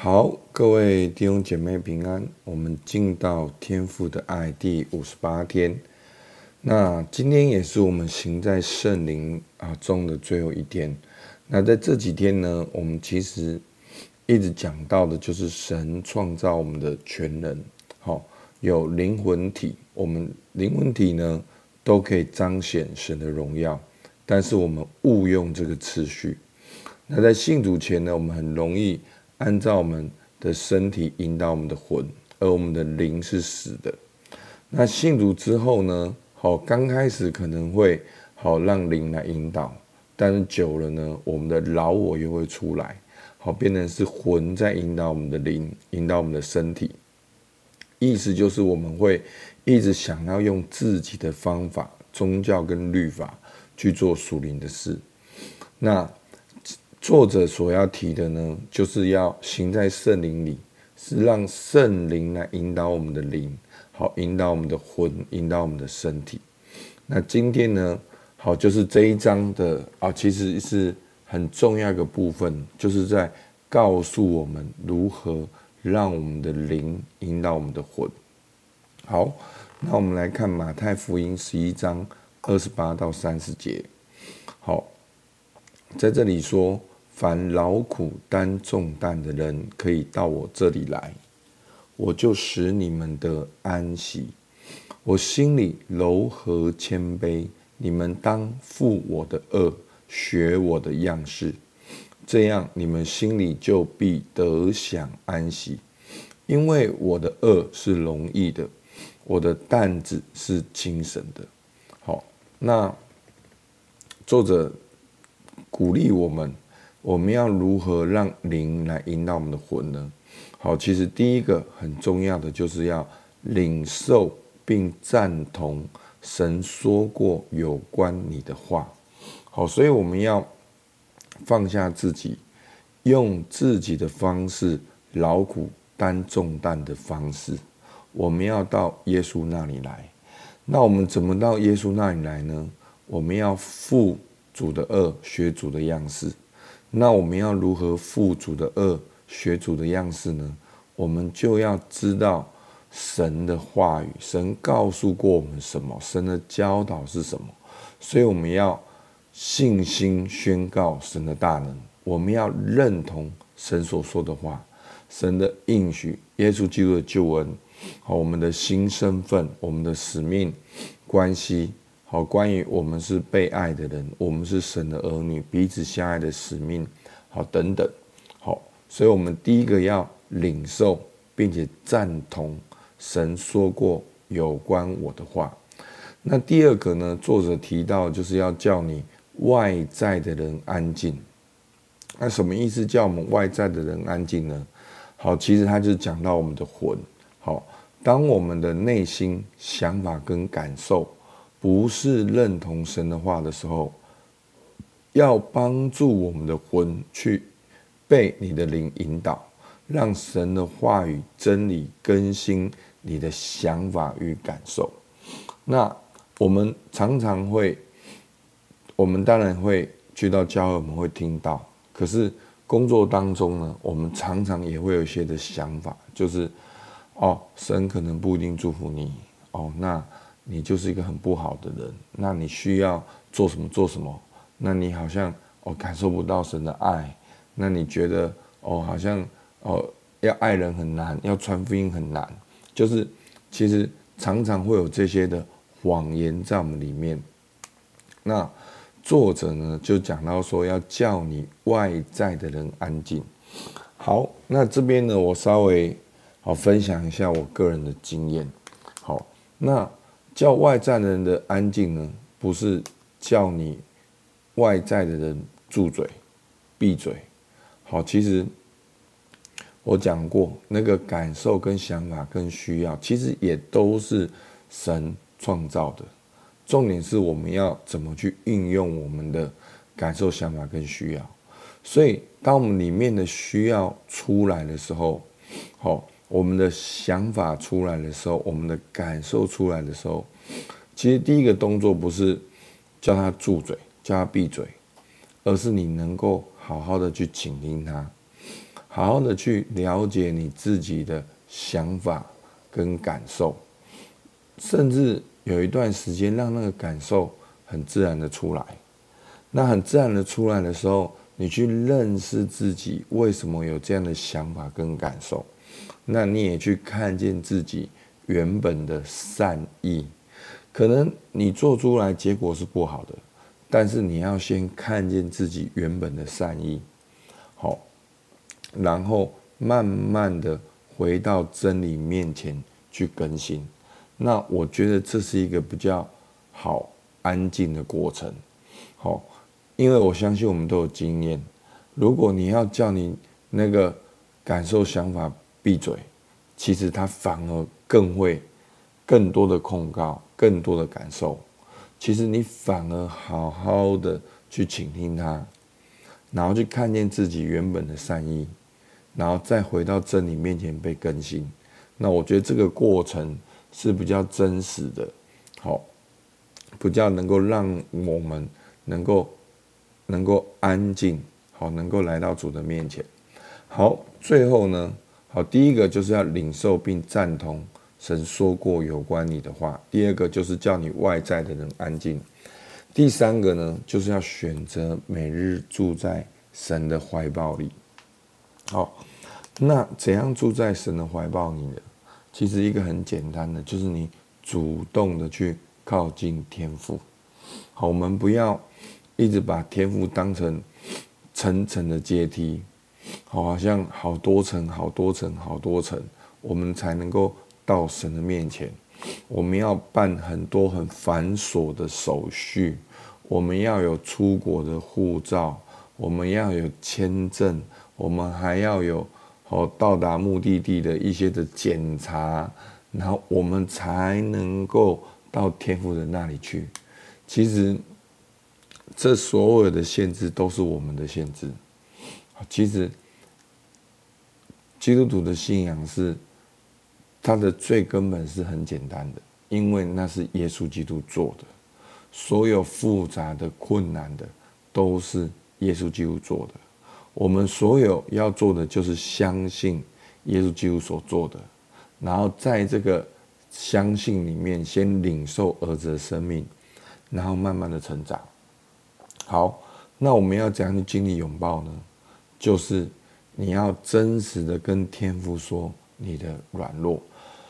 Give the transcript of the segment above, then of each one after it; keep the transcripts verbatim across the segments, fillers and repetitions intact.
好，各位弟兄姐妹平安。我们进到天父的爱第五十八天。那今天也是我们行在圣灵啊中的最后一天。那在这几天呢，我们其实一直讲到的就是神创造我们的全人，好，有灵魂体，我们灵魂体呢都可以彰显神的荣耀，但是我们误用这个次序。那在信主前呢，我们很容易按照我们的身体引导我们的魂，而我们的灵是死的。那信主之后呢，好，刚开始可能会好让灵来引导，但是久了呢，我们的老我又会出来，好，变成是魂在引导我们的灵，引导我们的身体。意思就是我们会一直想要用自己的方法、宗教跟律法去做属灵的事。那作者所要提的呢，就是要行在圣灵里，是让圣灵来引导我们的灵，好，引导我们的魂，引导我们的身体。那今天呢，好，就是这一章的啊，其实是很重要一个部分，就是在告诉我们如何让我们的灵引导我们的魂。好，那我们来看马太福音十一章二十八到三十节。好，在这里说，凡劳苦担重担的人，可以到我这里来，我就使你们得安息。我心里柔和谦卑，你们当负我的軛，学我的样式，这样你们心里就必得享安息。因为我的軛是容易的，我的担子是轻省的。好，那作者鼓励我们，我们要如何让灵来引导我们的魂呢？好，其实第一个很重要的就是要领受并赞同神说过有关你的话。好，所以我们要放下自己，用自己的方式劳苦担重担的方式，我们要到耶稣那里来。那我们怎么到耶稣那里来呢？我们要负主的軛，学主的样式。那我们要如何负主的軛，学主的样式呢？我们就要知道神的话语，神告诉过我们什么，神的教导是什么。所以我们要信心宣告神的大能，我们要认同神所说的话，神的应许，耶稣基督的救恩，好，我们的新身份，我们的使命关系，好，关于我们是被爱的人，我们是神的儿女，彼此相爱的使命，好，等等。好，所以我们第一个要领受并且赞同神说过有关我的话。那第二个呢，作者提到就是要叫你外在的人安静。那什么意思叫我们外在的人安静呢？好，其实他就是讲到我们的魂。好，当我们的内心想法跟感受不是认同神的话的时候，要帮助我们的魂去被你的灵引导，让神的话语真理更新你的想法与感受。那我们常常会，我们当然会去到教会，我们会听到，可是工作当中呢，我们常常也会有一些的想法，就是哦，神可能不一定祝福你，哦，那你就是一个很不好的人，那你需要做什么做什么，那你好像哦感受不到神的爱，那你觉得哦好像哦要爱人很难，要传福音很难，就是其实常常会有这些的谎言在我们里面。那作者呢就讲到说，要叫你外在的人安静。好，那这边呢，我稍微好分享一下我个人的经验。好，那叫外在的人的安静呢，不是叫你外在的人住嘴、闭嘴。好，其实我讲过，那个感受跟想法跟需要，其实也都是神创造的。重点是我们要怎么去运用我们的感受、想法跟需要。所以，当我们里面的需要出来的时候，好，我们的想法出来的时候，我们的感受出来的时候，其实第一个动作不是叫他住嘴、叫他闭嘴，而是你能够好好的去倾听他。 好好的去了解你自己的想法跟感受，甚至有一段时间让那个感受很自然的出来。那很自然的出来的时候，你去认识自己为什么有这样的想法跟感受，那你也去看见自己原本的善意。可能你做出来结果是不好的，但是你要先看见自己原本的善意，好，然后慢慢的回到真理面前去更新。那我觉得这是一个比较好安静的过程，好，因为我相信我们都有经验，如果你要叫你那个感受想法闭嘴，其实他反而更会更多的控告，更多的感受。其实你反而好好的去倾听他，然后去看见自己原本的善意，然后再回到真理面前被更新。那我觉得这个过程是比较真实的，好，比较能够让我们能够能够安静，好，能够来到主的面前。好，最后呢，好，第一个就是要领受并赞同神说过有关你的话，第二个就是叫你外在的人安静，第三个呢，就是要选择每日住在神的怀抱里。好，那怎样住在神的怀抱里呢？其实一个很简单的，就是你主动的去靠近天父。好，我们不要一直把天父当成层层的阶梯，好像好多层、好多层、好多层，我们才能够到神的面前。我们要办很多很繁琐的手续，我们要有出国的护照，我们要有签证，我们还要有好到达目的地的一些的检查，然后我们才能够到天父的那里去。其实这所有的限制都是我们的限制。其实基督徒的信仰是它的最根本是很简单的，因为那是耶稣基督做的，所有复杂的困难的都是耶稣基督做的。我们所有要做的就是相信耶稣基督所做的，然后在这个相信里面先领受儿子的生命，然后慢慢的成长。好，那我们要怎样去经历拥抱呢？就是你要真实的跟天父说你的软弱。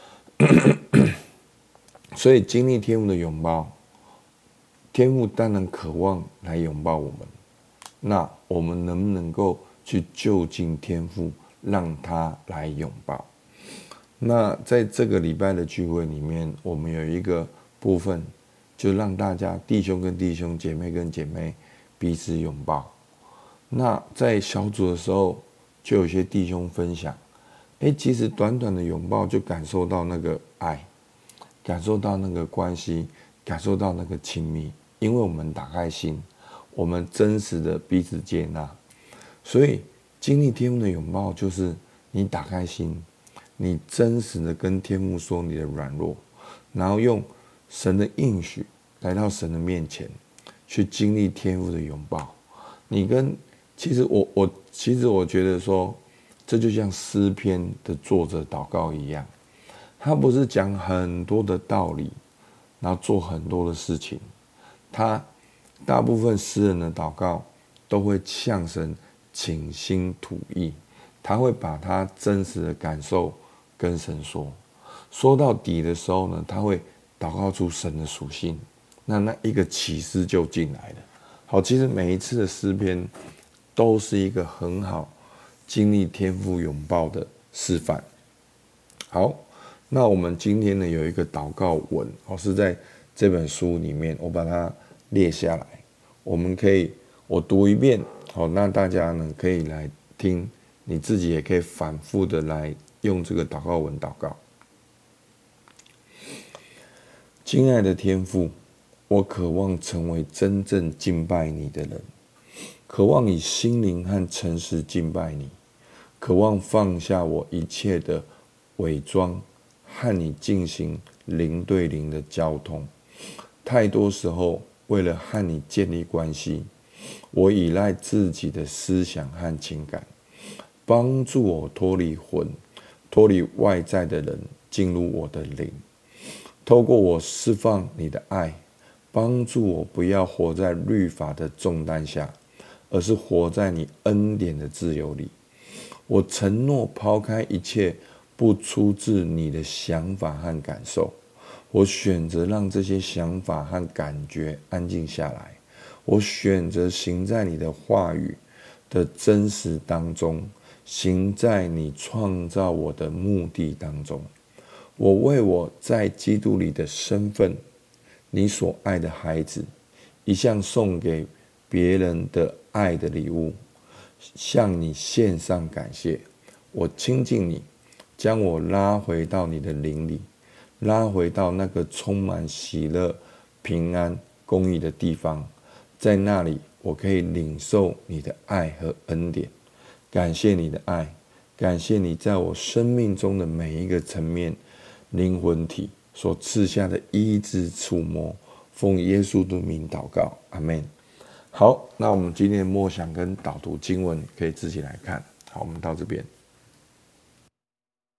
所以经历天父的拥抱，天父当然渴望来拥抱我们，那我们能不能够去就近天父，让他来拥抱？那在这个礼拜的聚会里面，我们有一个部分，就让大家弟兄跟弟兄、姐妹跟姐妹彼此拥抱。那在小组的时候，就有些弟兄分享，哎，其实短短的拥抱就感受到那个爱，感受到那个关系，感受到那个亲密，因为我们打开心，我们真实的彼此接纳。所以经历天父的拥抱，就是你打开心，你真实的跟天父说你的软弱，然后用神的应许来到神的面前，去经历天父的拥抱。你跟其实我我其实我觉得说，这就像诗篇的作者祷告一样，他不是讲很多的道理，然后做很多的事情，他大部分诗人的祷告都会向神倾心吐意，他会把他真实的感受跟神说，说到底的时候呢，他会祷告出神的属性，那那一个启示就进来了。好，其实每一次的诗篇都是一个很好经历天父拥抱的示范。好，那我们今天呢有一个祷告文，是在这本书里面，我把它列下来，我们可以我读一遍，好，那大家呢可以来听，你自己也可以反复的来用这个祷告文祷告。亲爱的天父，我渴望成为真正敬拜你的人，渴望以心灵和诚实敬拜你，渴望放下我一切的伪装，和你进行灵对灵的交通。太多时候，为了和你建立关系，我依赖自己的思想和情感， 帮助我脱离魂，脱离外在的人，进入我的灵。透过我释放你的爱，帮助我不要活在律法的重担下，而是活在你恩典的自由里。我承诺抛开一切不出自你的想法和感受，我选择让这些想法和感觉安静下来。我选择行在你的话语的真实当中，行在你创造我的目的当中。我为我在基督里的身份，你所爱的孩子，一项送给别人的爱的礼物，向你献上感谢。我亲近你，将我拉回到你的灵里，拉回到那个充满喜乐、平安、公义的地方。在那里，我可以领受你的爱和恩典。感谢你的爱，感谢你在我生命中的每一个层面、灵魂体所赐下的医治触摸。奉耶稣的名祷告，阿们。好，那我们今天的默想跟导读经文可以自己来看。好，我们到这边。